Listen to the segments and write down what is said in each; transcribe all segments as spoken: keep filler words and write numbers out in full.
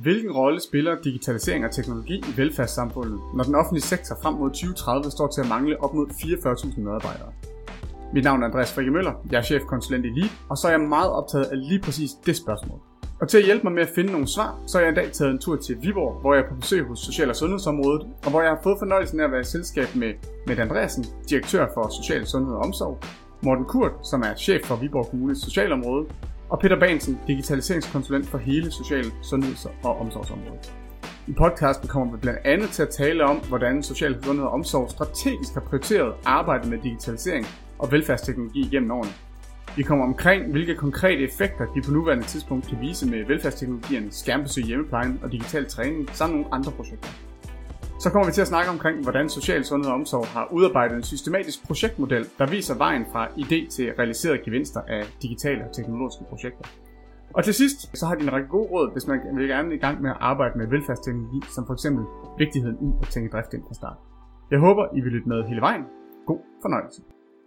Hvilken rolle spiller digitalisering og teknologi i velfærdssamfundet, når den offentlige sektor frem mod tyve tredive står til at mangle op mod fireogfyrre tusind medarbejdere? Mit navn er Andreas Frikke Møller, jeg er chefkonsulent i Lead, og så er jeg meget optaget af lige præcis det spørgsmål. Og til at hjælpe mig med at finde nogle svar, så har jeg i dag taget en tur til Viborg, hvor jeg er på besøg hos Social- og Sundhedsområdet, og hvor jeg har fået fornøjelsen af at være i selskab med Mette Andreasen, direktør for Social Sundhed og Omsorg, Morten Kurt, som er chef for Viborg Kommunes socialområde, og Peter Bahnsen, digitaliseringskonsulent for hele Social-, Sundheds- og Omsorgsområdet. I podcasten kommer vi blandt andet til at tale om, hvordan Social- Sundhed og Omsorg strategisk har prioriteret arbejdet med digitalisering og velfærdsteknologi gennem årene. Vi kommer omkring, hvilke konkrete effekter de på nuværende tidspunkt kan vise med velfærdsteknologierne, skærmbesøg i hjemmeplejen og digital træning, samt nogle andre projekter. Så kommer vi til at snakke omkring, hvordan Social Sundhed og Omsorg har udarbejdet en systematisk projektmodel, der viser vejen fra idé til realiserede gevinster af digitale og teknologiske projekter. Og til sidst, så har de en række gode råd, hvis man vil gerne i gang med at arbejde med velfærdsteknologi, som for eksempel vigtigheden i at tænke drift ind fra start. Jeg håber, I vil lytte med hele vejen. God fornøjelse.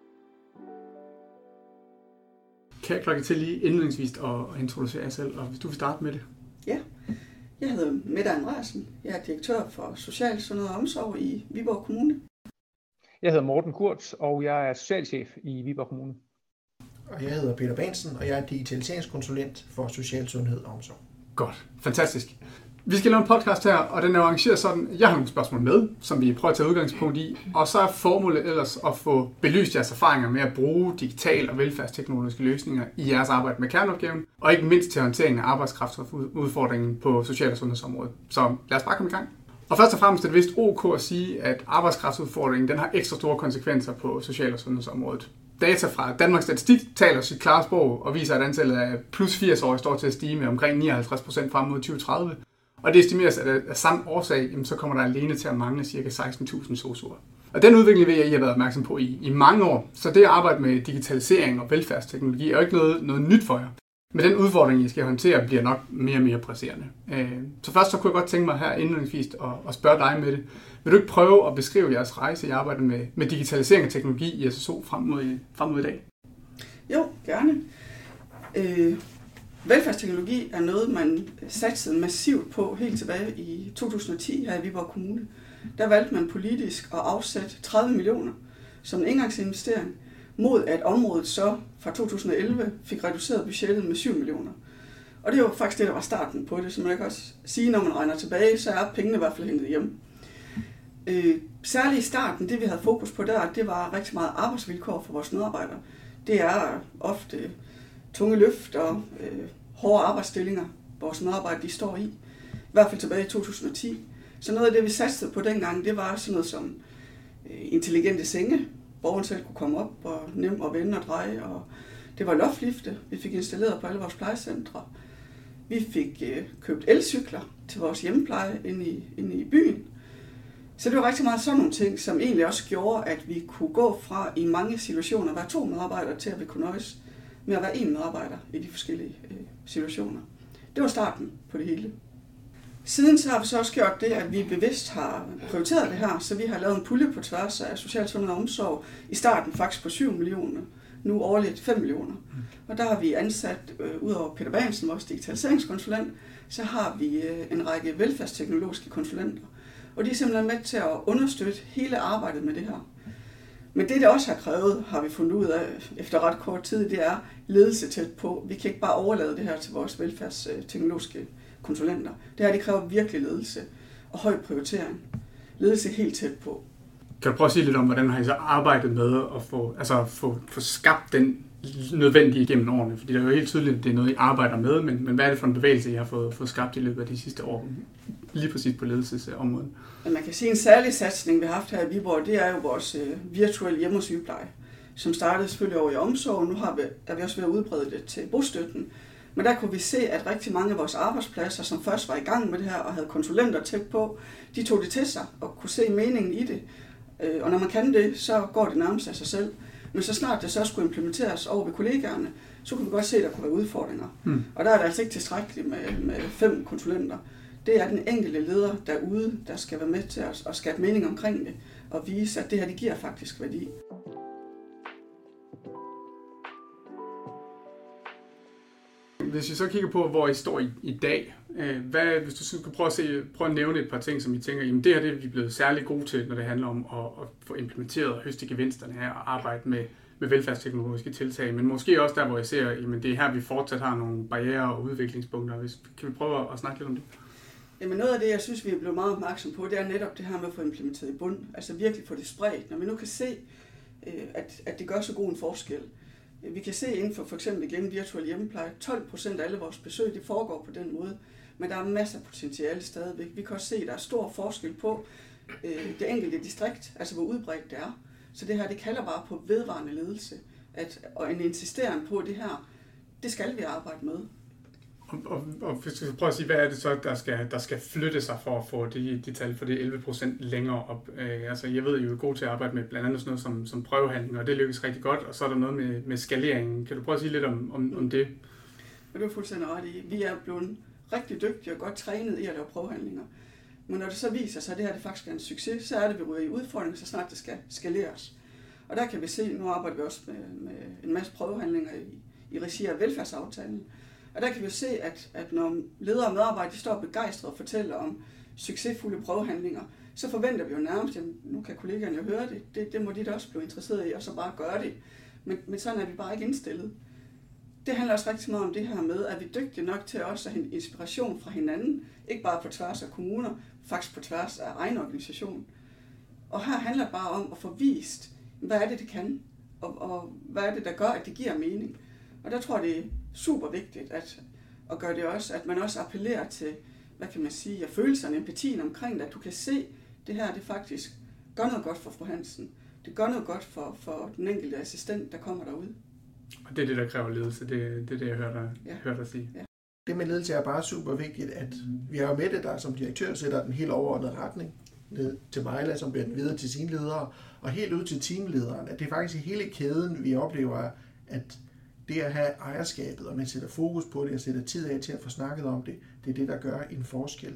Kan jeg klokke til lige indledningsvis at introducere jer selv, og hvis du vil starte med det? Ja, jeg hedder Mette Andreasen. Jeg er direktør for Social Sundhed og Omsorg i Viborg Kommune. Jeg hedder Morten Kurt, og jeg er socialchef i Viborg Kommune. Og jeg hedder Peter Bahnsen, og jeg er digitaliseringskonsulent for Social Sundhed og Omsorg. Godt, fantastisk. Vi skal lave en podcast her, og den er arrangeret sådan, jeg har nogle spørgsmål med, som vi prøver at tage udgangspunkt i, og så er formålet ellers at få belyst jeres erfaringer med at bruge digital- og velfærdsteknologiske løsninger i jeres arbejde med kerneopgaven, og ikke mindst til håndteringen af arbejdskraftudfordringen på social- og sundhedsområdet. Så lad os bare komme i gang. Og først og fremmest er det vist ok at sige, at arbejdskraftudfordringen den har ekstra store konsekvenser på social- og sundhedsområdet. Data fra Danmarks Statistik taler sit klare sprog og viser, at antallet af plus firs-årige står til at stige med omkring nioghalvtreds procent frem mod tyve tredive. Og det estimeres, at af samme årsag, så kommer der alene til at mangle ca. seksten tusind sosu'er. Og den udvikling vil jeg, I har været opmærksom på i, i mange år. Så det at arbejde med digitalisering og velfærdsteknologi er jo ikke noget, noget nyt for jer. Men den udfordring, I skal håndtere, bliver nok mere og mere presserende. Så først så kunne jeg godt tænke mig her indledningsvis at, at spørge dig med det. Vil du ikke prøve at beskrive jeres rejse i arbejdet med, med digitalisering og teknologi i S S O frem mod, frem mod i dag? Jo, gerne. Øh, velfærdsteknologi er noget, man satsede massivt på helt tilbage i to tusind og ti her i Viborg Kommune. Der valgte man politisk at afsætte tredive millioner som en engangsinvestering, mod at området så fra to tusind og elleve fik reduceret budgettet med syv millioner. Og det var faktisk det, der var starten på det, så man kan også sige, når man regner tilbage, så er pengene i hvert fald hentet hjem. Øh, særligt i starten, det vi havde fokus på der, det var rigtig meget arbejdsvilkår for vores medarbejdere. Det er ofte tunge løft og øh, hårde arbejdsstillinger, vores medarbejdere de står i. I hvert fald tilbage i to tusind og ti. Så noget af det, vi satsede på dengang, det var sådan noget som øh, intelligente senge. Borgeren selv kunne komme op og nemt at vende og dreje. Og det var loftlifte, vi fik installeret på alle vores plejecentre. Vi fik øh, købt elcykler til vores hjemmepleje inde i, inde i byen. Så det var rigtig meget sådan nogle ting, som egentlig også gjorde, at vi kunne gå fra i mange situationer at være to medarbejdere til at vi kunne nøjes med at være én medarbejder i de forskellige øh, situationer. Det var starten på det hele. Siden så har vi så også gjort det, at vi bevidst har prioriteret det her, så vi har lavet en pulje på tværs af Social Sundhed og Omsorg. I starten faktisk på syv millioner, nu årligt fem millioner. Og der har vi ansat, øh, ud over Peter Bahnsen, vores digitaliseringskonsulent, så har vi øh, en række velfærdsteknologiske konsulenter. Og de er simpelthen med til at understøtte hele arbejdet med det her. Men det, det også har krævet, har vi fundet ud af efter ret kort tid, det er ledelse tæt på. Vi kan ikke bare overlade det her til vores velfærdsteknologiske konsulenter. Det her, det kræver virkelig ledelse og høj prioritering. Ledelse helt tæt på. Kan du prøve at sige lidt om, hvordan har I så arbejdet med at få, altså få, få skabt den nødvendige gennem årene? Fordi det er jo helt tydeligt, at det er noget, I arbejder med, men, men hvad er det for en bevægelse, I har fået, fået skabt i løbet af de sidste år? Lige præcis på ledelsesområdet. Ja, man kan sige, en særlig satsning, vi har haft her i Viborg, det er jo vores øh, virtuelle hjemmesygepleje, som startede selvfølgelig over i omsorg. Nu har vi, er vi også ved at udbrede det til bostøtten. Men der kunne vi se, at rigtig mange af vores arbejdspladser, som først var i gang med det her og havde konsulenter tæt på, de tog det til sig og kunne se meningen i det. Og når man kan det, så går det nærmest af sig selv. Men så snart det så skulle implementeres over ved kollegaerne, så kunne vi godt se, at der kunne være udfordringer. Mm. Og der er det altså ikke tilstrækkeligt med, med fem konsulenter. Det er den enkelte leder derude, der skal være med til at, at skabe mening omkring det og vise, at det her det giver faktisk værdi. Hvis vi så kigger på, hvor I står i, i dag, Hvad, hvis du skulle prøve at, se, prøve at nævne et par ting, som I tænker, jamen det her det er vi blevet særlig gode til, når det handler om at, at få implementeret og høste gevinsterne her og arbejde med, med velfærdsteknologiske tiltag, men måske også der, hvor jeg ser, jamen det er her, vi fortsat har nogle barrierer og udviklingspunkter. Hvis, kan vi prøve at snakke lidt om det? Jamen noget af det, jeg synes, vi er blevet meget opmærksom på, det er netop det her med at få implementeret i bund. Altså virkelig få det spredt. Når vi nu kan se, at, at det gør så god en forskel. Vi kan se inden for for eksempel igen virtuel hjemmepleje, tolv procent af alle vores besøg, det foregår på den måde. Men der er masser af potentiale stadigvæk. Vi kan også se, at der er stor forskel på øh, det enkelte distrikt, altså hvor udbredt det er. Så det her, det kalder bare på vedvarende ledelse. At, og en insisteren på det her, det skal vi arbejde med. Og, og, og hvis du prøver at sige, hvad er det så, der skal, der skal flytte sig for at få de, de tal for det elleve procent længere op? Øh, altså, jeg ved, I er jo god til at arbejde med blandt andet sådan noget som, som prøvehandling, og det lykkes rigtig godt, og så er der noget med, med skaleringen. Kan du prøve at sige lidt om, om, om det? Det er fuldstændig ret i. Vi er blevet rigtig dygtige og godt trænet i at lave prøvehandlinger. Men når det så viser sig, at det her det faktisk er en succes, så er det, vi ryger i udfordring, så snart det skal skaleres. Og der kan vi se, nu arbejder vi også med, med en masse prøvehandlinger i, i regi af velfærdsaftalen. Og der kan vi se, at, at når ledere og medarbejdere de står begejstrede og fortæller om succesfulde prøvehandlinger, så forventer vi jo nærmest, at nu kan kollegaerne jo høre det, det, det må de da også blive interesseret i, og så bare gøre det. Men, men sådan er vi bare ikke indstillet. Det handler også rigtig meget om det her med, at vi er dygtige nok til også at hente inspiration fra hinanden, ikke bare på tværs af kommuner, faktisk på tværs af egen organisation. Og her handler det bare om at få vist, hvad er det, det kan, og, og hvad er det, der gør, at det giver mening. Og der tror jeg, det er super vigtigt at, at gøre det også, at man også appellerer til, hvad kan man sige, at følelserne, empatien omkring det, at du kan se, det her, det faktisk gør noget godt for fru Hansen. Det gør noget godt for, for den enkelte assistent, der kommer derud. Og det er det, der kræver ledelse. Det, det er det, jeg hører dig, ja. hører dig sige. Ja. Det med ledelse er bare super vigtigt, at vi har jo med det, der som direktør sætter den helt overordnede retning ned til Mejla, som bliver den videre til sine ledere, og helt ud til teamlederen, at det er faktisk i hele kæden, vi oplever, at det at have ejerskabet, og man sætter fokus på det, og sætter tid af til at få snakket om det, det er det, der gør en forskel.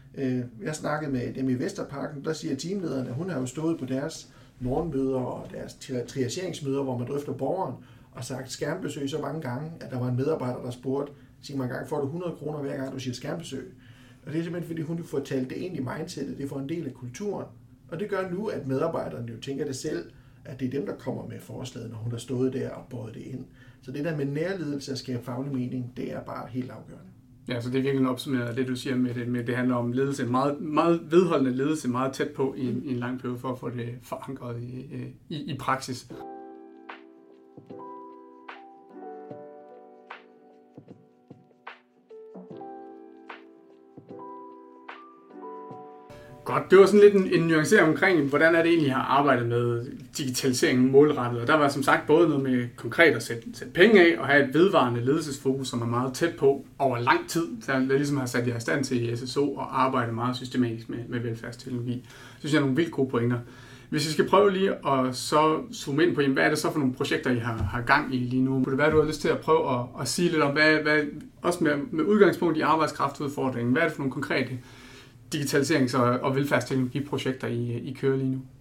Jeg snakkede med dem i Vesterparken, der siger teamlederen, at hun har jo stået på deres morgenmøder og deres triageringsmøder, hvor man drøfter borgeren, og sagt skærmbesøg så mange gange, at der var en medarbejder, der spurgte, sig mig en gang, får du hundrede kroner hver gang, du siger skærmbesøg? Og det er simpelthen, fordi hun får talt det ind i mindsetet, det får en del af kulturen. Og det gør nu, at medarbejderne jo tænker det selv, at det er dem, der kommer med forslaget, når hun har stået der og båret det ind. Så det der med nærledelse og skabe faglig mening, det er bare helt afgørende. Ja, så det er virkelig opsummeret af det, du siger med det, med det handler om ledelse, meget, meget vedholdende ledelse, meget tæt på i en, i en lang periode for at få det forankret i, i, i praksis. Godt, det var sådan lidt en, en nuancering omkring, hvordan er det egentlig, I har arbejdet med digitaliseringen målrettet. Og der var som sagt både noget med konkret at sætte, sætte penge af og have et vedvarende ledelsesfokus, som er meget tæt på over lang tid. Så jeg ligesom har sat jer i stand til i S S O og arbejde meget systematisk med, med velfærdsteknologi. Det synes jeg er nogle vildt gode pointer. Hvis I skal prøve lige at så zoome ind på, hvad er det så for nogle projekter, I har, har gang i lige nu? Kunne det være, du har lyst til at prøve at, at sige lidt om, hvad, hvad, også med, med udgangspunkt i arbejdskraftudfordringen, hvad er det for nogle konkrete digitaliserings- og velfærdsteknologiprojekter, I, I kører lige nu?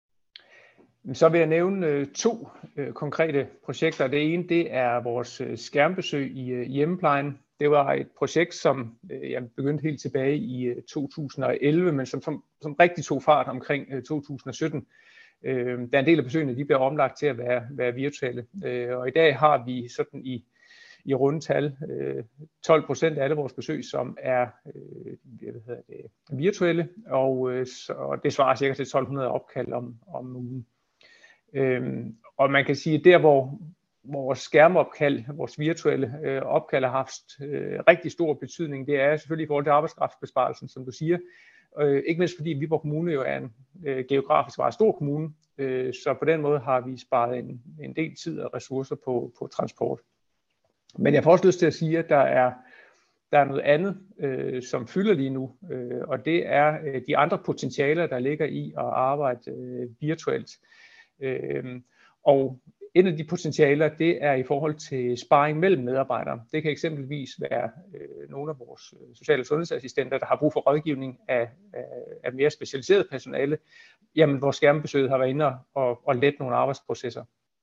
Så vil jeg nævne øh, to øh, konkrete projekter. Det ene, det er vores øh, skærmbesøg i øh, hjemmeplejen. Det var et projekt, som øh, jeg begyndte helt tilbage i øh, to tusind og elleve, men som, som, som rigtig tog fart omkring øh, to tusind og sytten. Øh, der er en del af besøgene, de bliver omlagt til at være, være virtuelle. Øh, og i dag har vi sådan i i rundtal øh, tolv procent af alle vores besøg, som er øh, hvad hedder det, virtuelle, og, øh, så, og det svarer cirka til tolv hundrede opkald om, om ugen. Øhm, og man kan sige, at der hvor vores skærmopkald, vores virtuelle øh, opkald har haft øh, rigtig stor betydning, det er selvfølgelig i forhold til arbejdskraftsbesparelsen, som du siger. Øh, ikke mindst fordi Viborg Kommune jo er en øh, geografisk meget stor kommune, øh, så på den måde har vi sparet en, en del tid og ressourcer på, på transport. Men jeg får også lyst til at sige, at der er, der er noget andet, øh, som fylder lige nu, øh, og det er øh, de andre potentialer, der ligger i at arbejde øh, virtuelt. Øh, og et af de potentialer, det er i forhold til sparring mellem medarbejdere. Det kan eksempelvis være øh, nogle af vores social- og sundhedsassistenter, der har brug for rådgivning af, af, af mere specialiseret personale, jamen hvor skærmbesøget har været inde og, og lette nogle arbejdsprocesser.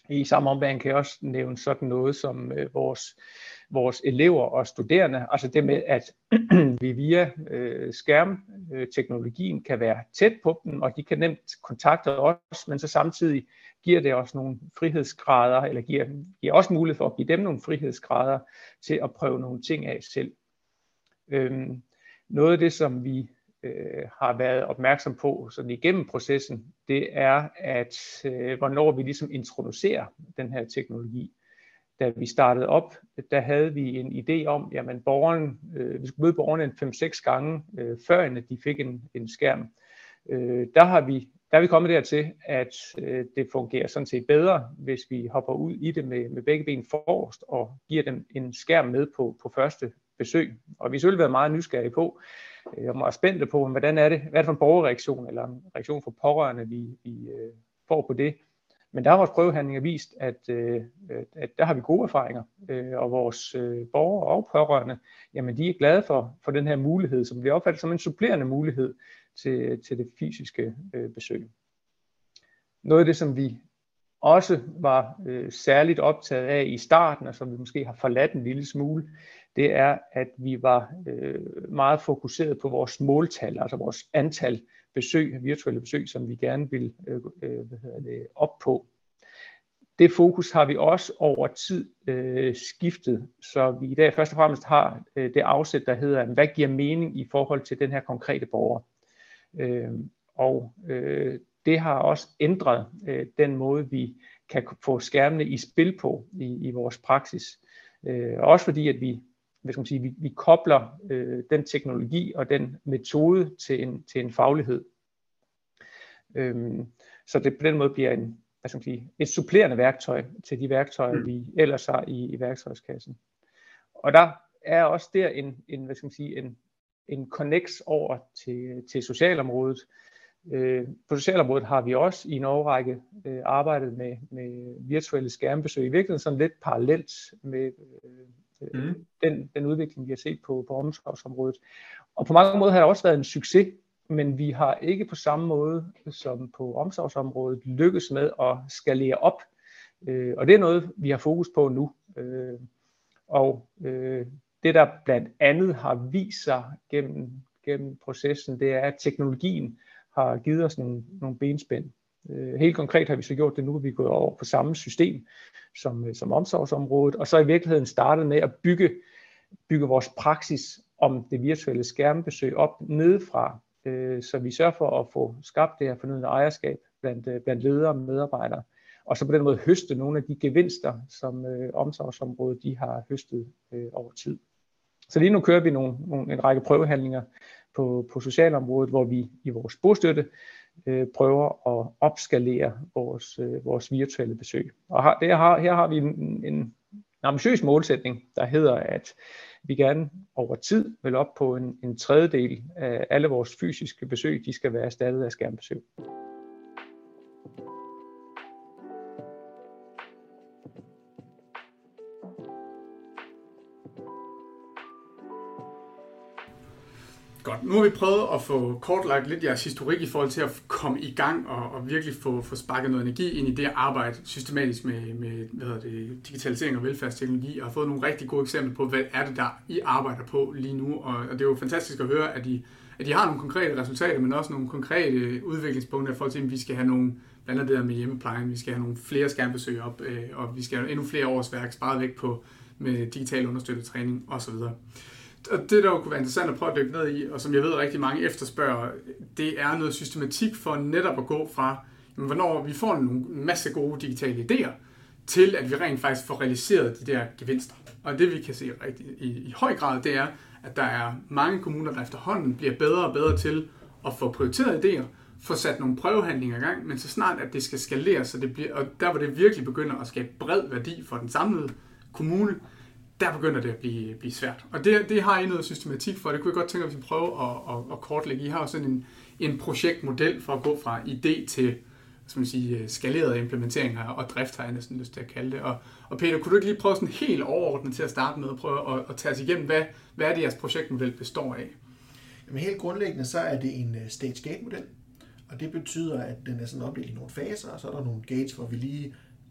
I samme ombæring kan jeg også nævne sådan noget som øh, vores, vores elever og studerende, altså det med, at vi via øh, skærmteknologien kan være tæt på dem, og de kan nemt kontakte os, men så samtidig giver det også nogle frihedsgrader, eller giver, giver også mulighed for at give dem nogle frihedsgrader til at prøve nogle ting af selv. Øhm, noget af det, som vi øh, har været opmærksom på sådan igennem processen, det er, at øh, hvornår vi ligesom introducerer den her teknologi. Da vi startede op, der havde vi en idé om, jamen borgeren, øh, vi skulle møde borgerne en fem seks gange, øh, før de fik en, en skærm. Øh, der har vi Der er vi kommet dertil, at øh, det fungerer sådan set bedre, hvis vi hopper ud i det med, med begge ben forrest og giver dem en skærm med på, på første besøg. Og vi har selvfølgelig været meget nysgerrige på, øh, og meget spændte på, hvordan er det, hvad er det for en borgerreaktion eller en reaktion fra pårørende, vi, vi øh, får på det. Men der har vores prøvehandlinger vist, at, øh, at der har vi gode erfaringer, øh, og vores øh, borgere og pårørende, jamen de er glade for, for den her mulighed, som bliver opfattet som en supplerende mulighed til, til det fysiske øh, besøg. Noget af det, som vi også var øh, særligt optaget af i starten, og som vi måske har forladt en lille smule, det er, at vi var øh, meget fokuseret på vores måltal, altså vores antal besøg, virtuelle besøg, som vi gerne vil øh, hvad hedder det, op på. Det fokus har vi også over tid øh, skiftet, så vi i dag først og fremmest har øh, det afsæt, der hedder, hvad giver mening i forhold til den her konkrete borger. Øh, og øh, det har også ændret øh, den måde, vi kan få skærmene i spil på i, i vores praksis. Øh, også fordi, at vi, hvad skal man sige, vi, vi kobler øh, den teknologi og den metode til en, til en faglighed. Øh, så det på den måde bliver en, hvad skal man sige, et supplerende værktøj til de værktøjer, mm. vi ellers har i, i værktøjskassen. Og der er også der en, en hvad skal man sige, en, en connect over til, til socialområdet. Øh, på socialområdet har vi også i en årrække øh, arbejdet med, med virtuelle skærmbesøg, i virkeligheden sådan lidt parallelt med øh, mm. den, den udvikling, vi har set på, på omsorgsområdet. Og på mange måder har det også været en succes, men vi har ikke på samme måde som på omsorgsområdet lykkes med at skalere op. Øh, og det er noget, vi har fokus på nu. Øh, og øh, det, der blandt andet har vist sig gennem, gennem processen, det er, at teknologien har givet os nogle, nogle benspænd. Øh, helt konkret har vi så gjort det nu, at vi er gået over på samme system som, som omsorgsområdet, og så i virkeligheden startet med at bygge, bygge vores praksis om det virtuelle skærmbesøg op nedefra, øh, så vi sørger for at få skabt det her fornødne ejerskab blandt, blandt ledere og medarbejdere, og så på den måde høste nogle af de gevinster, som øh, omsorgsområdet de har høstet øh, over tid. Så lige nu kører vi nogle, nogle, en række prøvehandlinger på, på socialområdet, hvor vi i vores bostøtte øh, prøver at opskalere vores, øh, vores virtuelle besøg. Og her, der har, her har vi en, en ambitiøs målsætning, der hedder, at vi gerne over tid vil op på en, en tredjedel af alle vores fysiske besøg, de skal være erstattet af skærmbesøg. Godt, nu har vi prøvet at få kortlagt lidt jeres historik i forhold til at komme i gang og, og virkelig få, få sparket noget energi ind i det arbejde systematisk med, med hvad hedder det, digitalisering og velfærdsteknologi, og har fået nogle rigtig gode eksempler på, hvad er det, der I arbejder på lige nu. Og, og det er jo fantastisk at høre, at I, at I har nogle konkrete resultater, men også nogle konkrete udviklingspunkter i forhold til, at vi skal have nogle, blandt andet det der med hjemmeplejen, vi skal have nogle flere skærmbesøg op, øh, og vi skal have endnu flere årsværk sparet væk på med digital understøttet træning osv. Og det, der jo kunne være interessant at prøve at dykke ned i, og som jeg ved rigtig mange efterspørger, det er noget systematik for netop at gå fra, jamen, hvornår vi får en masse gode digitale idéer, til at vi rent faktisk får realiseret de der gevinster. Og det vi kan se rigtig, i, i høj grad, det er, at der er mange kommuner, der efterhånden bliver bedre og bedre til at få prioriteret idéer, få sat nogle prøvehandlinger i gang, men så snart at det skal skalere, så det bliver, og der hvor det virkelig begynder at skabe bred værdi for den samlede kommune, der begynder det at blive, blive svært. Og det, det har I noget systematik for. Det kunne jeg godt tænke, at vi prøver at, at, at kortlægge. I har jo sådan en, en projektmodel for at gå fra idé til som man siger, skalerede implementeringer og drift, har jeg næsten lyst til at kalde det. Og, og Peter, kunne du ikke lige prøve sådan helt overordnet til at starte med at prøve at, at tage os igennem, hvad, hvad er det, jeres projektmodel består af? Jamen helt grundlæggende, så er det en stage-gate-model, og det betyder, at den er sådan opdelt i nogle faser, og så er der nogle gates, hvor vi lige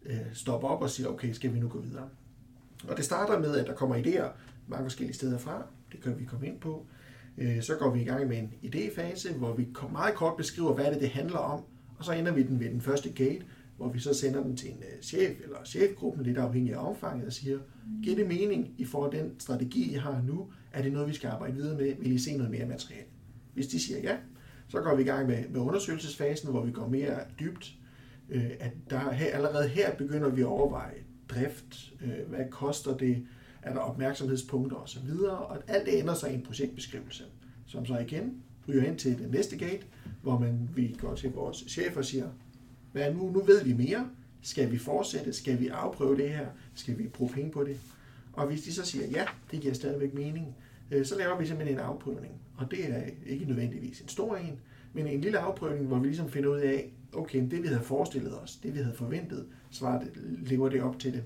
øh, stopper op og siger, okay, skal vi nu gå videre? Og det starter med, at der kommer idéer mange forskellige steder fra. Det kan vi komme ind på. Øh, så går vi i gang med en idéfase, hvor vi meget kort beskriver, hvad det, det handler om. Og så ender vi den ved den første gate, hvor vi så sender den til en uh, chef eller chefgruppen, lidt afhængig af omfanget, og siger, giver det mening i forhold til den strategi, I har nu? Er det noget, vi skal arbejde videre med? Vil I se noget mere materiale? Hvis de siger ja, så går vi i gang med, med undersøgelsesfasen, hvor vi går mere dybt. Øh, at der her, allerede her begynder vi at overveje drift, øh, hvad koster det, er der opmærksomhedspunkter osv., og alt det ender sig i en projektbeskrivelse, som så igen ryger ind til den næste gate, hvor man, vi går til vores chef og siger, hvad nu, nu ved vi mere, skal vi fortsætte, skal vi afprøve det her, skal vi bruge penge på det? Og hvis de så siger, ja, det giver stadigvæk mening, så laver vi simpelthen en afprøvning. Og det er ikke nødvendigvis en stor en, men en lille afprøvning, hvor vi ligesom finder ud af, okay, det vi havde forestillet os, det vi havde forventet, svaret lever det op til det.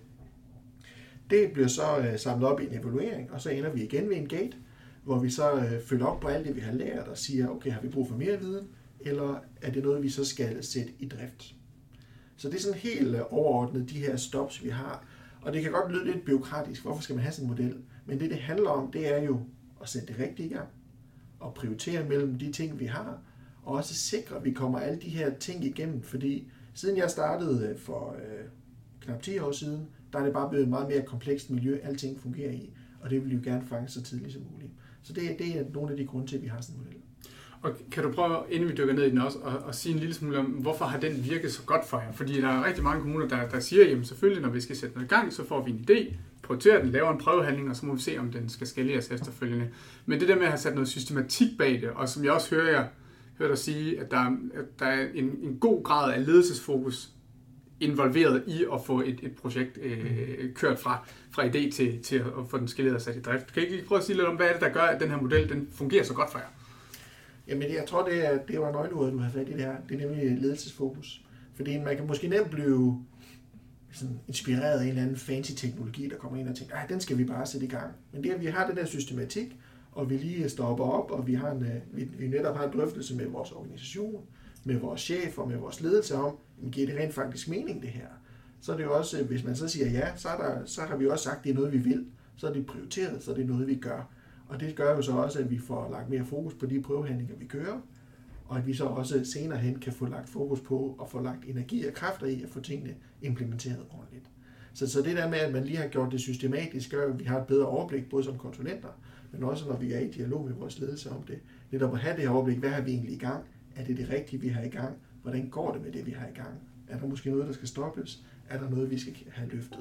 Det bliver så samlet op i en evaluering, og så ender vi igen ved en gate, hvor vi så følger op på alt det, vi har lært, og siger, okay, har vi brug for mere viden, eller er det noget, vi så skal sætte i drift? Så det er sådan helt overordnet, de her stops, vi har. Og det kan godt lyde lidt bureaukratisk, hvorfor skal man have sådan en model? Men det, det handler om, det er jo at sætte det rigtigt i gang, og prioritere mellem de ting, vi har, og også sikre, at vi kommer alle de her ting igennem, fordi siden jeg startede for øh, knap ti år siden, der er det bare blevet et meget mere komplekst miljø, alting fungerer i, og det vil vi jo gerne fange så tidligt som muligt. Så det, det er nogle af de grunde til, at vi har sådan en model. Og kan du prøve, inden vi dykker ned i den også, og, og sige en lille smule om, hvorfor har den virket så godt for jer? Fordi der er rigtig mange kommuner, der, der siger, jamen selvfølgelig, når vi skal sætte noget i gang, så får vi en idé, prioriterer den, laver en prøvehandling, og så må vi se, om den skal skaleres efterfølgende. Men det der med at have sat noget systematik bag det, og som jeg også hører jer hører dig sige, at der, at der er en, en god grad af ledelsesfokus involveret i at få et, et projekt øh, kørt fra, fra idé til, til at få den skaleret og sat i drift. Kan I ikke prøve at sige lidt om, hvad er det, der gør, at den her model den fungerer så godt for jer? Jamen, jeg tror, det, er, det var nøgleordet, du havde fat i det her. Det er nemlig ledelsesfokus. Fordi man kan måske nemt blive sådan inspireret af en eller anden fancy teknologi, der kommer ind og tænker, den skal vi bare sætte i gang. Men det, at vi har den der systematik, og vi lige stopper op, og vi, har en, vi, vi netop har en drøftelse med vores organisation, med vores chef og med vores ledelse om, giver det rent faktisk mening, det her? Så er det jo også, hvis man så siger ja, så, er der, så har vi også sagt, at det er noget, vi vil. Så er det prioriteret, så er det noget, vi gør. Og det gør jo så også, at vi får lagt mere fokus på de prøvehandlinger, vi kører, og at vi så også senere hen kan få lagt fokus på at få lagt energi og kræfter i at få tingene implementeret ordentligt. Så, så det der med, at man lige har gjort det systematisk, gør, at vi har et bedre overblik, både som konsulenter, men også når vi er i dialog med vores ledelse om det. Netop at have det her overblik, hvad har vi egentlig i gang? Er det det rigtige, vi har i gang? Hvordan går det med det, vi har i gang? Er der måske noget, der skal stoppes? Er der noget, vi skal have løftet?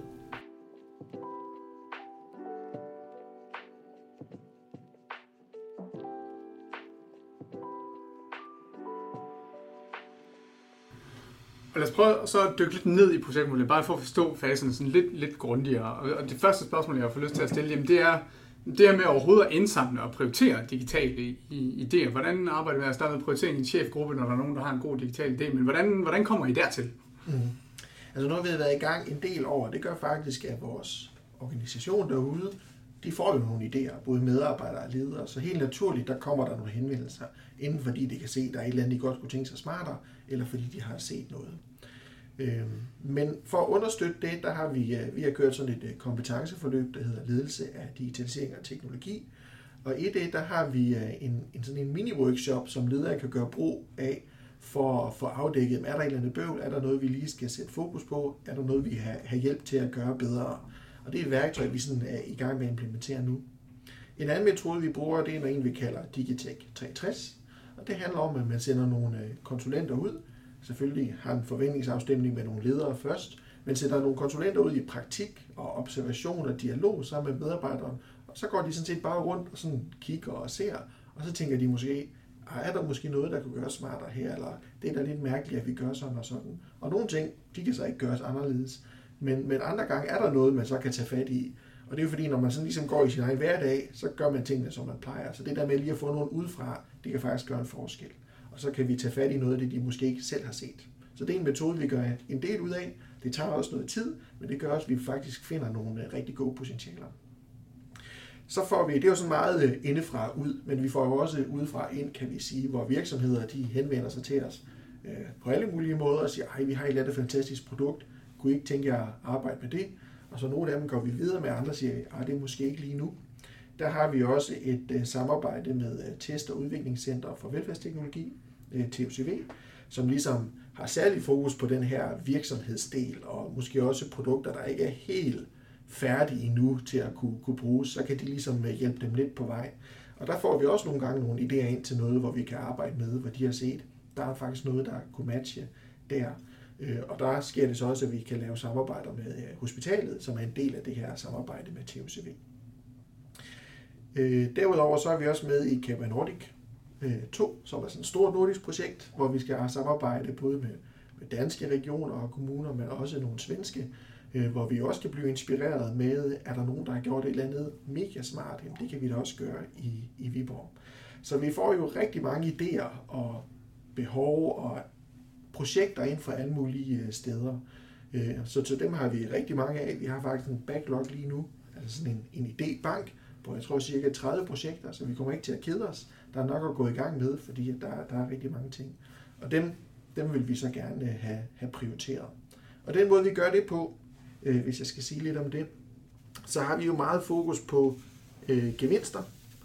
Og lad os prøve så at dykke lidt ned i projektmodellen, bare for at forstå fasen sådan lidt, lidt grundigere. Og det første spørgsmål, jeg får lyst til at stille, jamen det er det her med overhovedet at indsamle og prioritere digitale idéer. Hvordan arbejder vi med at starte med prioritering i en chefgruppe, når der er nogen, der har en god digital idé? Men hvordan, hvordan kommer I dertil? Mm. Altså nu har vi været i gang en del over. Det gør faktisk, at vores organisation derude, de får jo nogle idéer, både medarbejdere og ledere. Så helt naturligt, der kommer der nogle henvendelser, enten fordi de kan se, at der er et eller andet, de godt skulle tænke sig smartere, eller fordi de har set noget. Men for at understøtte det, der har vi, vi har kørt sådan et kompetenceforløb, der hedder ledelse af digitalisering og teknologi. Og i det, der har vi en, en sådan en mini-workshop, som ledere kan gøre brug af for at få afdækket, er der et eller andet bøvl, er der noget, vi lige skal sætte fokus på, er der noget, vi har, har hjælp til at gøre bedre. Og det er et værktøj, vi sådan er i gang med at implementere nu. En anden metode, vi bruger, det er noget, vi kalder Digitech tre tres. Og det handler om, at man sender nogle konsulenter ud. Selvfølgelig har en forventningsafstemning med nogle ledere først, men sætter nogle konsulenter ud i praktik og observation og dialog sammen med medarbejderen. Og så går de sådan set bare rundt og sådan kigger og ser, og så tænker de måske, er der måske noget, der kunne gøres smartere her, eller det er da lidt mærkeligt, at vi gør sådan og sådan. Og nogle ting, de kan så ikke gøres anderledes. Men, men andre gange er der noget, man så kan tage fat i. Og det er jo fordi, når man sådan ligesom går i sin egen hverdag, så gør man tingene, som man plejer. Så det der med lige at få nogen udefra, det kan faktisk gøre en forskel. Og så kan vi tage fat i noget af det, de måske ikke selv har set. Så det er en metode, vi gør en del ud af. Det tager også noget tid, men det gør også, at vi faktisk finder nogle rigtig gode potentialer. Så får vi, det er jo sådan meget indefra ud, men vi får jo også udefra ind, kan vi sige, hvor virksomheder de henvender sig til os øh, på alle mulige måder og siger, ej, vi har et eller andet fantastisk produkt, kunne I ikke tænke jer at arbejde med det? Og så nogle af dem går vi videre med, andre siger, at det er måske ikke lige nu. Der har vi også et uh, samarbejde med uh, Test- og Udviklingscenter for Velfærdsteknologi, uh, T U C V, som ligesom har særlig fokus på den her virksomhedsdel, og måske også produkter, der ikke er helt færdige endnu til at kunne, kunne bruges, så kan de ligesom uh, hjælpe dem lidt på vej. Og der får vi også nogle gange nogle idéer ind til noget, hvor vi kan arbejde med, hvor de har set, der er faktisk noget, der kunne matche der. Og der sker det så også, at vi kan lave samarbejder med hospitalet, som er en del af det her samarbejde med T U C V. Derudover så er vi også med i Capa Nordic to, som er sådan et stort nordisk projekt, hvor vi skal have samarbejde både med, med danske regioner og kommuner, men også nogle svenske, hvor vi også kan blive inspireret med, er der nogen, der har gjort et eller andet mega smart, jamen det kan vi da også gøre i, i Viborg. Så vi får jo rigtig mange idéer og behov og projekter inden for alle mulige steder. Så til dem har vi rigtig mange af. Vi har faktisk en backlog lige nu, altså sådan en, en idébank, på jeg tror cirka tredive projekter, så vi kommer ikke til at kede os. Der er nok at gå i gang med, fordi der, der er rigtig mange ting. Og dem, dem vil vi så gerne have, have prioriteret. Og den måde vi gør det på, øh, hvis jeg skal sige lidt om det, så har vi jo meget fokus på øh, gevinster.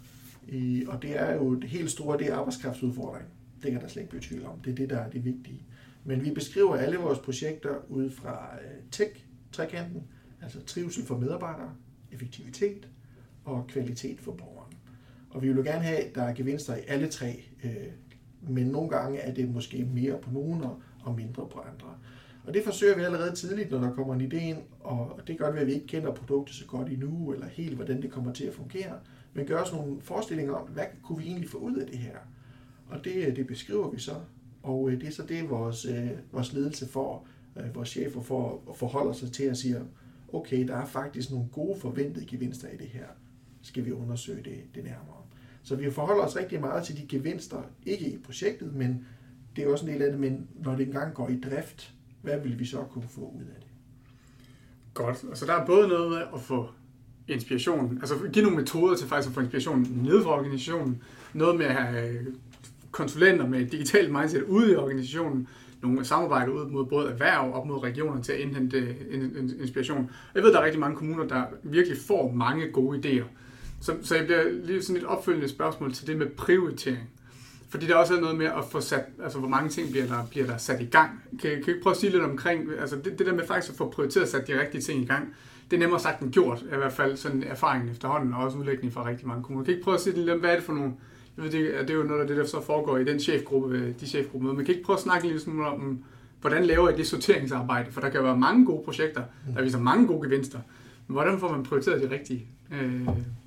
I, og det er jo det helt store, det er arbejdskraftsudfordring. Det kan der slet ikke blive tvivl om. Det er det, der er det vigtige. Men vi beskriver alle vores projekter ud fra tech-trekanten, altså trivsel for medarbejdere, effektivitet og kvalitet for borgeren. Og vi vil jo gerne have, at der er gevinster i alle tre, men nogle gange er det måske mere på nogle og mindre på andre. Og det forsøger vi allerede tidligt, når der kommer en idé ind, og det kan godt være, at vi ikke kender produktet så godt endnu, eller helt hvordan det kommer til at fungere, men gør os nogle forestillinger om, hvad kunne vi egentlig få ud af det her? Og det, det beskriver vi så, og det er så det, vores, vores ledelse får, vores chefer får at forholde sig til at sige, okay, der er faktisk nogle gode forventede gevinster i det her. Skal vi undersøge det, det nærmere. Så vi forholder os rigtig meget til de gevinster, ikke i projektet, men det er også en del af det, men når det engang går i drift, hvad vil vi så kunne få ud af det? Godt, altså der er både noget med at få inspiration, altså give nogle metoder til faktisk at få inspiration ned fra organisationen, noget med at have konsulenter med et digitalt mindset ude i organisationen, nogle samarbejder ud mod både erhverv og mod regioner til at indhente inspiration. Jeg ved, der er rigtig mange kommuner, der virkelig får mange gode idéer. Så, så jeg bliver lige sådan et opfølgende spørgsmål til det med prioritering. Fordi der også er noget med at få sat, altså hvor mange ting bliver der, bliver der sat i gang. Kan, kan I ikke prøve at sige lidt omkring, altså det, det der med faktisk at få prioriteret sat de rigtige ting i gang, det er nemmere sagt end gjort, i hvert fald sådan erfaringen efterhånden, og også udlægning fra rigtig mange kommuner. Kan I ikke prøve at sige lidt om, hvad er det for nogle, jeg ved, det, det er jo noget af det, der så foregår i den chefgruppe, de chefgruppemøder, men kan I ikke prøve at snakke lidt om, hvordan laver I det sorteringsarbejde? For der kan være mange gode projekter, der viser mange gode gevinster, men hvordan får man prioriteret de rigtige? Øh,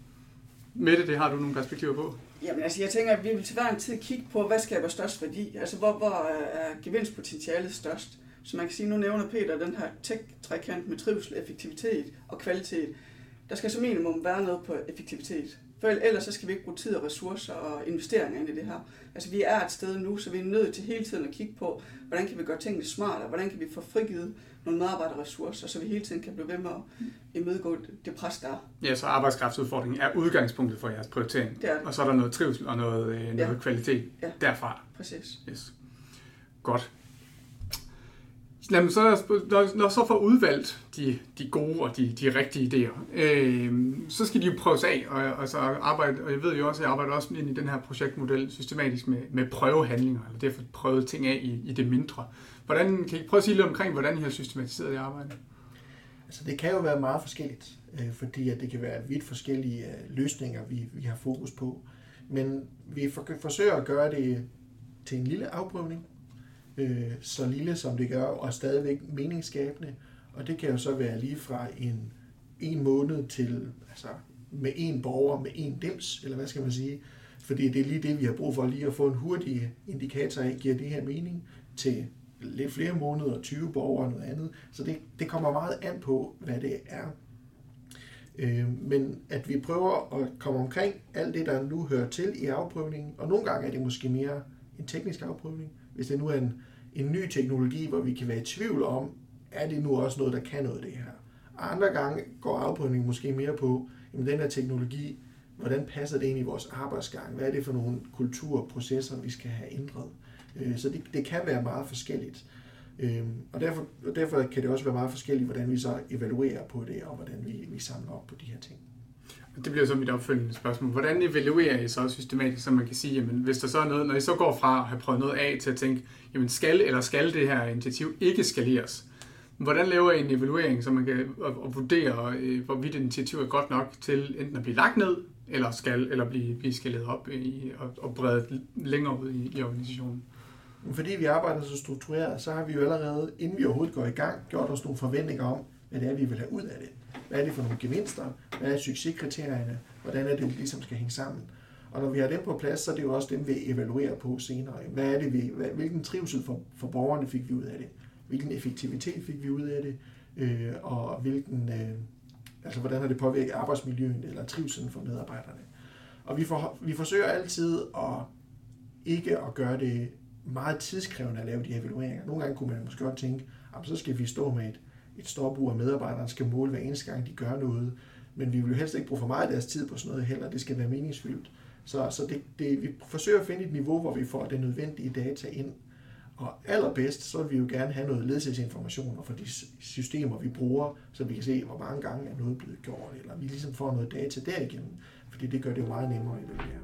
Mette, det har du nogle perspektiver på? Jamen altså, jeg tænker, at vi vil til hver en tid kigge på, hvad skaber størst værdi? Altså, hvor, hvor er gevinstpotentialet størst? Så man kan sige, nu nævner Peter den her tech-trekant med trivsel, effektivitet og kvalitet. Der skal som minimum være noget på effektivitet. For ellers så skal vi ikke bruge tid og ressourcer og investeringer ind i det her. Altså, vi er et sted nu, så vi er nødt til hele tiden at kigge på, hvordan kan vi gøre tingene smartere? Hvordan kan vi få frigivet nogle medarbejderressourcer, så vi hele tiden kan blive ved med at imødegå det pres, der er. Ja, så arbejdskraftsudfordringen er udgangspunktet for jeres prioritering. Det er det. Og så er der noget trivsel og noget, noget ja. kvalitet ja. derfra. Præcis. Yes. Godt. Jamen, så, når, når så får udvalgt de, de gode og de, de rigtige idéer, øh, så skal de jo prøves af, og, og, så arbejde, og jeg ved jo også, at jeg arbejder også ind i den her projektmodel systematisk med, med prøvehandlinger, eller det at få prøvet ting af i, i det mindre. Hvordan, kan I prøve at sige lidt omkring, hvordan I har systematiseret det arbejde? Altså, det kan jo være meget forskelligt, øh, fordi at det kan være vidt forskellige øh, løsninger, vi, vi har fokus på. Men vi for, forsøger at gøre det til en lille afprøvning, øh, så lille som det gør, og stadigvæk meningsskabende. Og det kan jo så være lige fra en, en måned til altså, med en borger, med en dims, eller hvad skal man sige. Fordi det er lige det, vi har brug for, lige at få en hurtig indikator af, giver det her mening, til lidt flere måneder, tyve borgere og noget andet. Så det, det kommer meget an på, hvad det er. Øh, men at vi prøver at komme omkring alt det, der nu hører til i afprøvningen, og nogle gange er det måske mere en teknisk afprøvning. Hvis det nu er en, en ny teknologi, hvor vi kan være i tvivl om, er det nu også noget, der kan noget af det her. Og andre gange går afprøvningen måske mere på, jamen den her teknologi, hvordan passer det ind i vores arbejdsgang? Hvad er det for nogle kulturprocesser, vi skal have ændret? Så det, det kan være meget forskelligt. Øhm, og derfor, derfor kan det også være meget forskelligt, hvordan vi så evaluerer på det, og hvordan vi, vi samler op på de her ting. Det bliver så mit opfølgende spørgsmål. Hvordan evaluerer I så systematisk, så man kan sige, jamen, hvis der så er noget, når I så går fra at have prøvet noget af til at tænke, jamen skal eller skal det her initiativ ikke skaleres? Hvordan laver I en evaluering, så man kan og, og vurdere, hvorvidt et initiativ er godt nok til enten at blive lagt ned, eller skal eller blive, blive skaleret op i, og, og bredt længere ud i, i organisationen? Fordi vi arbejder så struktureret, så har vi jo allerede, inden vi overhovedet går i gang, gjort os nogle forventninger om, hvad det er, vi vil have ud af det. Hvad er det for nogle gevinster? Hvad er succeskriterierne? Hvordan er det, det ligesom skal hænge sammen? Og når vi har dem på plads, så er det jo også dem, vi evaluerer på senere. Hvad er det, vi, hvilken trivsel for, for borgerne fik vi ud af det? Hvilken effektivitet fik vi ud af det? Øh, og hvilken, øh, altså, hvordan har det påvirket arbejdsmiljøet eller trivselen for medarbejderne? Og vi, for, vi forsøger altid at ikke at gøre det meget tidskrævende at lave de evalueringer. Nogle gange kunne man måske godt tænke, at så skal vi stå med et, et stopur, og medarbejderne skal måle hver eneste gang, de gør noget. Men vi vil jo helst ikke bruge for meget af deres tid på sådan noget heller. Det skal være meningsfyldt. Så, så det, det, vi forsøger at finde et niveau, hvor vi får det nødvendige data ind. Og allerbedst, så vil vi jo gerne have noget ledelsesinformationer for de systemer, vi bruger, så vi kan se, hvor mange gange er noget blevet gjort, eller vi ligesom får noget data derigennem, fordi det gør det jo meget nemmere at evaluere.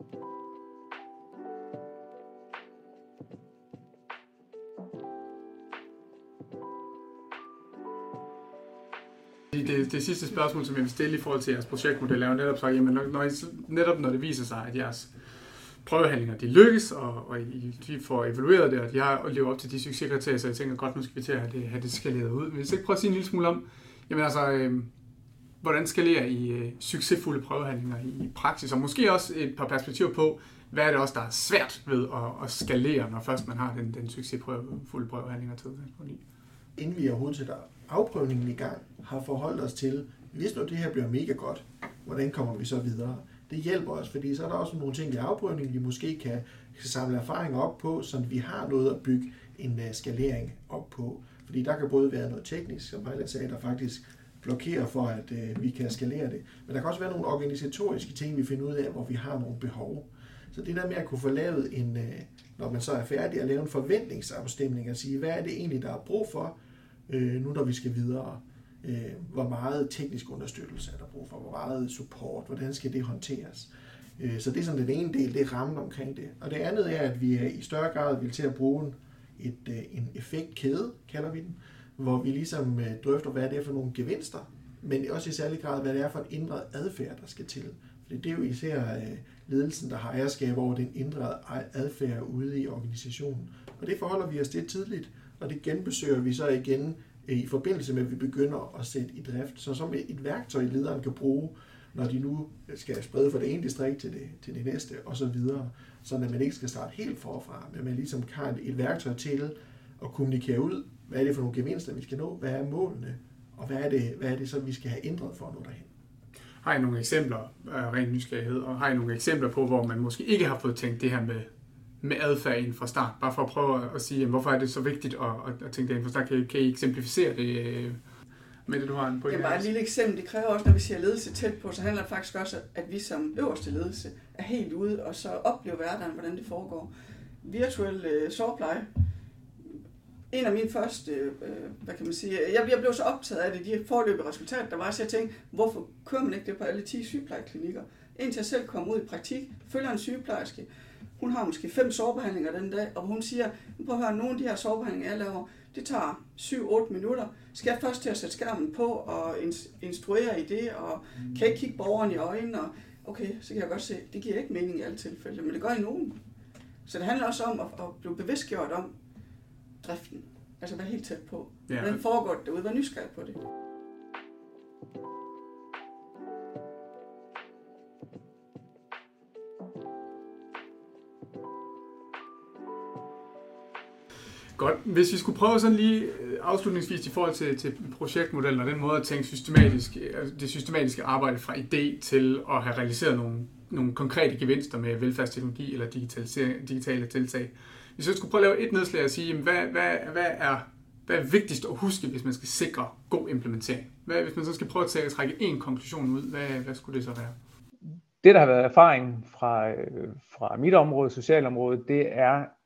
Det, det sidste spørgsmål, som jeg vil stille i forhold til jeres projektmodel, er jo netop så, jamen, når I, netop når det viser sig, at jeres prøvehandlinger de lykkes, og, og I får evalueret det, og de har levet op til de succeskriterier, så jeg tænker godt, nu skal vi til at have det, have det skaleret ud. Men hvis jeg ikke prøver at sige en lille smule om, jamen altså, øh, hvordan skalerer I øh, succesfulde prøvehandlinger i praksis, og måske også et par perspektiver på, hvad er det også, der er svært ved at, at skalere, når først man har den, den succesfulde prøvehandlinger til udgangspunkt i. Inden vi overhovedet sætter afprøvningen i gang, har forholdt os til, hvis nu det her bliver mega godt, hvordan kommer vi så videre? Det hjælper os, fordi så er der også nogle ting i afprøvningen, vi måske kan samle erfaringer op på, så vi har noget at bygge en skalering op på. Fordi der kan både være noget teknisk, som Vejle sagde, der faktisk blokerer for, at øh, vi kan skalere det. Men der kan også være nogle organisatoriske ting, vi finder ud af, hvor vi har nogle behov. Så det der med at kunne få lavet en, øh, når man så er færdig, at lave en forventningsafstemning og sige, hvad er det egentlig, der er brug for, øh, nu når vi skal videre. Øh, hvor meget teknisk understøttelse er der brug for, hvor meget support, hvordan skal det håndteres. Øh, så det er sådan den ene del, det er rammen omkring det. Og det andet er, at vi i større grad vil til at bruge et, en effektkæde, kalder vi den, hvor vi ligesom drøfter, hvad det er for nogle gevinster, men også i særlig grad, hvad det er for en indre adfærd, der skal til. For det er jo især ledelsen, der har ejerskab over den indre adfærd ude i organisationen. Og det forholder vi os til tidligt, og det genbesøger vi så igen i forbindelse med, at vi begynder at sætte i drift. Så som et værktøj, lederen kan bruge, når de nu skal sprede fra det ene distrikt til det, til det næste, og så videre. Så at man ikke skal starte helt forfra, men man ligesom har et værktøj til at kommunikere ud, hvad er det for nogle gevinster, vi skal nå, hvad er målene, og hvad er det, hvad er det så, vi skal have ændret for at nå derhen. Har I nogle eksempler, uh, ren nysgerrighed, og har I nogle eksempler på, hvor man måske ikke har fået tænkt det her med, med adfærd inden fra start? Bare for at prøve at sige, jamen, hvorfor er det så vigtigt at, at, at tænke det inden fra start? Kan, kan I eksemplificere det? Men det, du har en pointe. Det er bare et lille eksempel. Det kræver også, når vi siger ledelse tæt på, så handler det faktisk også, at vi som øverste ledelse er helt ude og så oplever hverdagen, hvordan det foregår. Virtuel øh, sårpleje. En af mine første, øh, hvad kan man sige, jeg, jeg blev så optaget af det, de foreløbige resultater, der var, så jeg tænkte, hvorfor kører man ikke det på alle ti sygeplejeklinikker? Indtil jeg selv kom ud i praktik, følger en sygeplejerske. Hun har måske fem sårbehandlinger den dag, og hun siger, prøv at høre, nogle af de her sårbehandlinger, jeg laver, det tager syv otte minutter. Skal jeg først til at sætte skærmen på og instruere i det, og kan ikke kigge borgeren i øjnene, og okay, så kan jeg godt se, det giver ikke mening i alle tilfælde, men det gør i nogen. Så det handler også om at, at blive bevidstgjort om driften, altså være helt tæt på. Ja. Hvordan foregår det derude, være nysgerrig på det. Godt. Hvis vi skulle prøve sådan lige afslutningsvis i forhold til, til projektmodellen og den måde at tænke systematisk, det systematiske arbejde fra idé til at have realiseret nogle, nogle konkrete gevinster med velfærdsteknologi eller digitale tiltag. Hvis jeg skulle prøve at lave et nedslag og sige, hvad, hvad, hvad, er, hvad er vigtigst at huske, hvis man skal sikre god implementering? Hvad, hvis man så skal prøve at trække en konklusion ud, hvad, hvad skulle det så være? Det, der har været erfaringen fra, fra mit område, socialområdet, det er,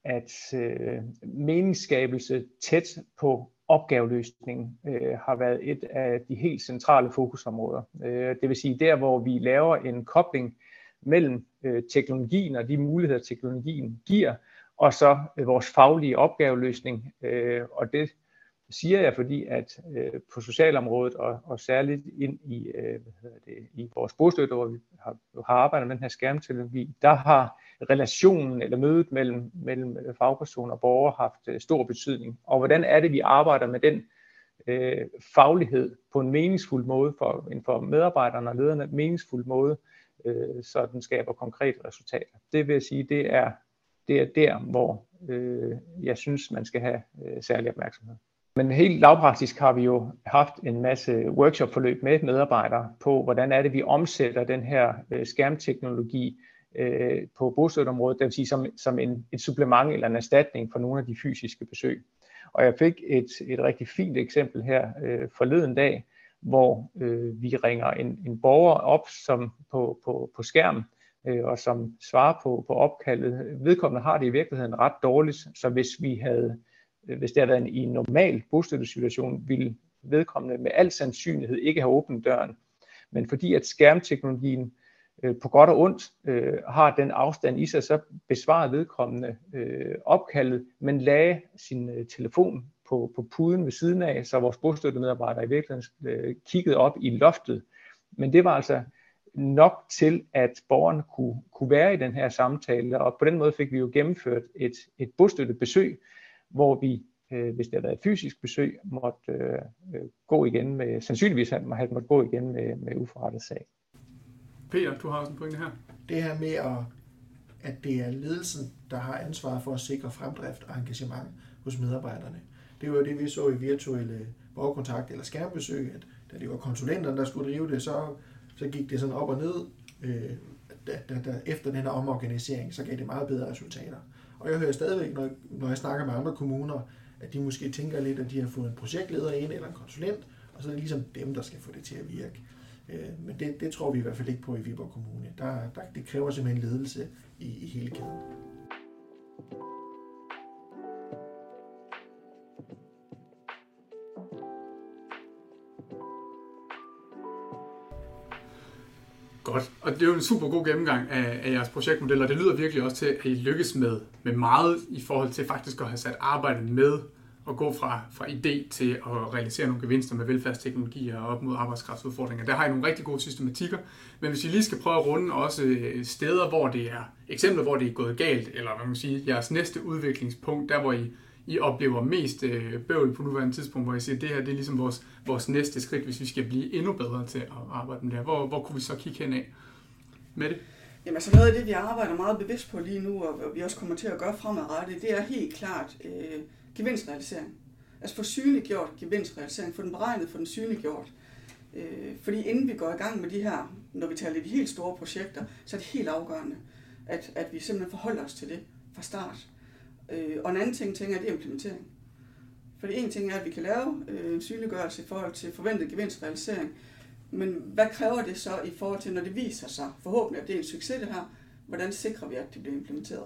at øh, meningsskabelse tæt på opgaveløsning øh, har været et af de helt centrale fokusområder. Øh, det vil sige der, hvor vi laver en kobling mellem øh, teknologien og de muligheder, teknologien giver, og så øh, vores faglige opgaveløsning. Øh, og det siger jeg, fordi at øh, på socialområdet og, og særligt ind i, øh, hvad hedder det, i vores bostøtte, hvor vi har, har arbejdet med den her skærmteknologi, der har relationen eller mødet mellem, mellem fagpersoner og borgere haft øh, stor betydning. Og hvordan er det, vi arbejder med den øh, faglighed på en meningsfuld måde for, for medarbejderne og lederne, en meningsfuld måde, øh, så den skaber konkrete resultater. Det vil jeg sige, det er, det er der, hvor øh, jeg synes, man skal have øh, særlig opmærksomhed. Men helt lavpraktisk har vi jo haft en masse workshopforløb med medarbejdere på, hvordan er det, vi omsætter den her øh, skærmteknologi øh, på bostøtteområdet, det vil sige som, som en, et supplement eller en erstatning for nogle af de fysiske besøg. Og jeg fik et, et rigtig fint eksempel her øh, forleden dag, hvor øh, vi ringer en, en borger op som på, på, på skærm, øh, og som svarer på, på opkaldet. Vedkommende har det i virkeligheden ret dårligt, så hvis vi havde Hvis det havde været en, i en normal bostøttesituation, ville vedkommende med al sandsynlighed ikke have åbnet døren. Men fordi at skærmteknologien øh, på godt og ondt øh, har den afstand i sig, så besvarede vedkommende øh, opkaldet, men lagde sin øh, telefon på, på puden ved siden af, så vores bostøttemedarbejdere i virkeligheden øh, kiggede op i loftet. Men det var altså nok til, at borgerne kunne, kunne være i den her samtale, og på den måde fik vi jo gennemført et, et bostøttebesøg, hvor vi, øh, hvis det havde været et fysisk besøg, måtte øh, gå igen med, sandsynligvis havde måtte gå igen med, med uforrettet sag. Peter, du har også en pointe her. Det her med, at, at det er ledelsen, der har ansvar for at sikre fremdrift og engagement hos medarbejderne. Det var jo det, vi så i virtuelle borgerkontakt eller skærmbesøg, at da det var konsulenterne, der skulle drive det, så, så gik det sådan op og ned. Øh, da, da, da, efter den her omorganisering, så gav det meget bedre resultater. Og jeg hører stadigvæk, når jeg, når jeg snakker med andre kommuner, at de måske tænker lidt, at de har fået en projektleder ind eller en konsulent, og så er det ligesom dem, der skal få det til at virke. Øh, men det, det tror vi i hvert fald ikke på i Viborg Kommune. Der, der, det kræver simpelthen ledelse i, i hele kæden. Godt, og det er jo en super god gennemgang af, af jeres projektmodeller. Det lyder virkelig også til, at I lykkes med, med meget i forhold til faktisk at have sat arbejdet med at gå fra, fra idé til at realisere nogle gevinster med velfærdsteknologier og op mod arbejdskraftsudfordringer. Der har I nogle rigtig gode systematikker, men hvis I lige skal prøve at runde også steder, hvor det er eksempler, hvor det er gået galt, eller hvad man kan sige, jeres næste udviklingspunkt, der hvor I I oplever mest øh, bøvl på nuværende tidspunkt, hvor I siger, at det her det er ligesom vores, vores næste skridt, hvis vi skal blive endnu bedre til at arbejde med det her. Hvor, hvor kunne vi så kigge hen af med det? Jamen altså noget af det, vi arbejder meget bevidst på lige nu, og vi også kommer til at gøre fremadrettet, det er helt klart øh, gevinstrealisering. Altså få synliggjort gevinstrealisering, få den beregnet, få den synliggjort. Øh, fordi inden vi går i gang med de her, når vi taler de helt store projekter, så er det helt afgørende, at, at vi simpelthen forholder os til det fra start. Og en anden ting, tænker jeg, det er implementering. Fordi en ting er, at vi kan lave en synliggørelse i forhold til forventet gevinstrealisering, men hvad kræver det så i forhold til, når det viser sig forhåbentlig, at det er en succes det her, hvordan sikrer vi, at det bliver implementeret?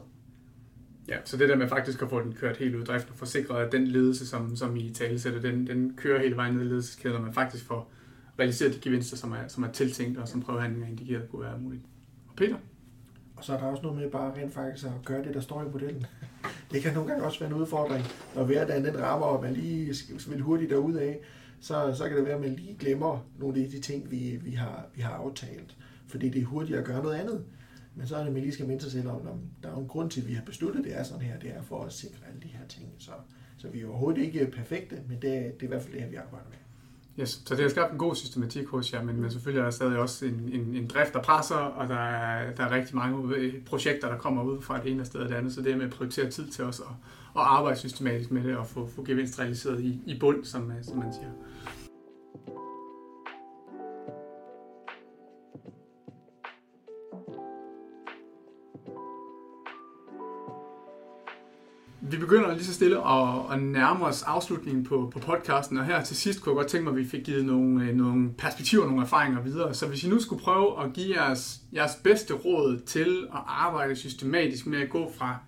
Ja, så det der med faktisk at få den kørt helt ud i drift og få sikret, at den ledelse, som, som I talesætter, den, den kører hele vejen ned i ledelseskæden, og man faktisk får realiseret de gevinster, som er, som er tiltænkt og som prøvehandlinger indikerer kunne være muligt. Og Peter? Og så er der også noget med bare rent faktisk at gøre det, der står i modellen. Det kan nogle gange også være en udfordring, når hverdagen den rammer, og man lige vil hurtigt derudad, så, så kan det være, at man lige glemmer nogle af de ting, vi, vi, har, vi har aftalt. Fordi det er hurtigt at gøre noget andet. Men så er det, at man lige skal minde sig selv om, om der er en grund til, at vi har besluttet, det er sådan her, det er for at sikre alle de her ting. Så, så vi er overhovedet ikke perfekte, men det, det er i hvert fald det her, vi arbejder med. Yes, så det har skabt en god systematik hos jer, men, men selvfølgelig er der stadig også en, en, en drift, der presser, og der er, der er rigtig mange projekter, der kommer ud fra det ene sted og det andet, så det er med at prioritere tid til os og, og arbejde systematisk med det og få, få gevinst realiseret i, i bund, som, som man siger. Vi begynder lige så stille at, at nærme os afslutningen på, på podcasten, og her til sidst kunne jeg godt tænke mig, at vi fik givet nogle, nogle perspektiver, nogle erfaringer videre. Så hvis I nu skulle prøve at give jeres, jeres bedste råd til at arbejde systematisk med at gå fra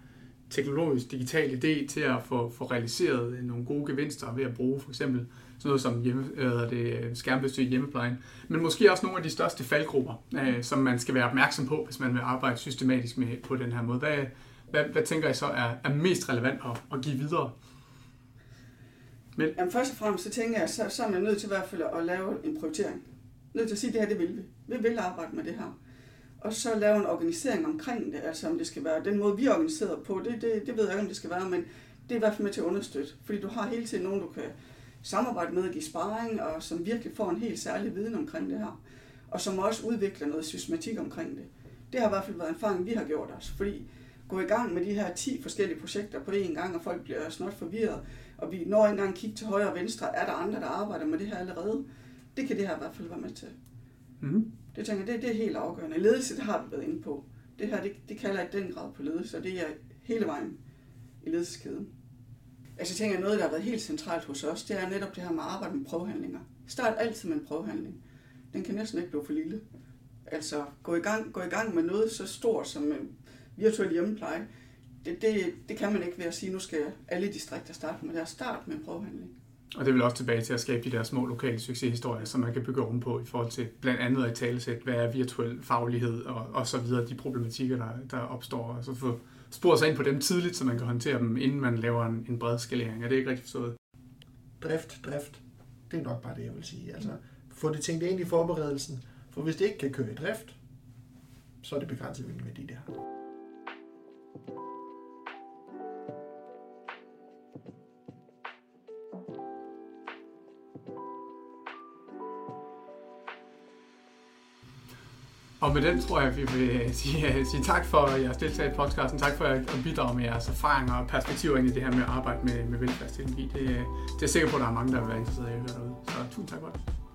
teknologisk digital idé til at få, få realiseret nogle gode gevinster ved at bruge for eksempel sådan noget som hjemme, øh, det, skærmbesøg i hjemmeplejen, men måske også nogle af de største faldgrupper, øh, som man skal være opmærksom på, hvis man vil arbejde systematisk med på den her måde. Hvad, hvad, hvad tænker I så er, er mest relevant at, at give videre? Men... Jamen, først og fremmest så tænker jeg, så, så er man nødt til i hvert fald at lave en prioritering. Nødt til at sige, at det her, det vil vi. Vi vil arbejde med det her. Og så lave en organisering omkring det, altså om det skal være den måde, vi er organiseret på, det, det, det ved jeg ikke, om det skal være, men det er i hvert fald med til at understøtte. Fordi du har hele tiden nogen, du kan samarbejde med og give sparring, og som virkelig får en helt særlig viden omkring det her. Og som også udvikler noget systematik omkring det. Det har i hvert fald været en erfaring, vi har gjort os. Fordi gå i gang med de her ti forskellige projekter på én gang, og folk bliver snart forvirret, og vi når engang kigge til højre og venstre, er der andre, der arbejder med det her allerede? Det kan det her i hvert fald være med til. Mm-hmm. Det tænker jeg, det, det er helt afgørende. Ledelse, det har vi været inde på. Det her, det, det kalder jeg i den grad på ledelse, og det er hele vejen i ledelseskæden. Altså jeg tænker, noget, der har været helt centralt hos os, det er netop det her med at arbejde med prøvehandlinger. Start altid med en prøvehandling. Den kan næsten ikke blive for lille. Altså gå i gang, gå i gang med noget så stort som virtuel hjemmepleje. Det, det, det kan man ikke ved at sige, nu skal alle distrikter starte med det her. Start med en prøvehandling. Og det vil også tilbage til at skabe de der små lokale succeshistorier, som man kan bygge oven på i forhold til blandt andet at talesætte, hvad er virtuel faglighed og, og så videre, de problematikker, der, der opstår. Og så få sporet sig ind på dem tidligt, så man kan håndtere dem, inden man laver en, en bred skalering. Er det ikke rigtigt forstået? Drift, drift. Det er nok bare det, jeg vil sige. Altså, få det tænkt ind i forberedelsen, for hvis det ikke kan køre i drift, så er det begrænset, hvilken værdi det har. Og med den tror jeg, vi vil sige, sige tak for jeres deltagelse i podcasten. Tak for at bidrage med jeres erfaringer og perspektiver ind i det her med at arbejde med, med velfærdsteknologi. Det, det er jeg sikker på, at der er mange, der vil være interesseret i at høre derude. Så tusind tak for det.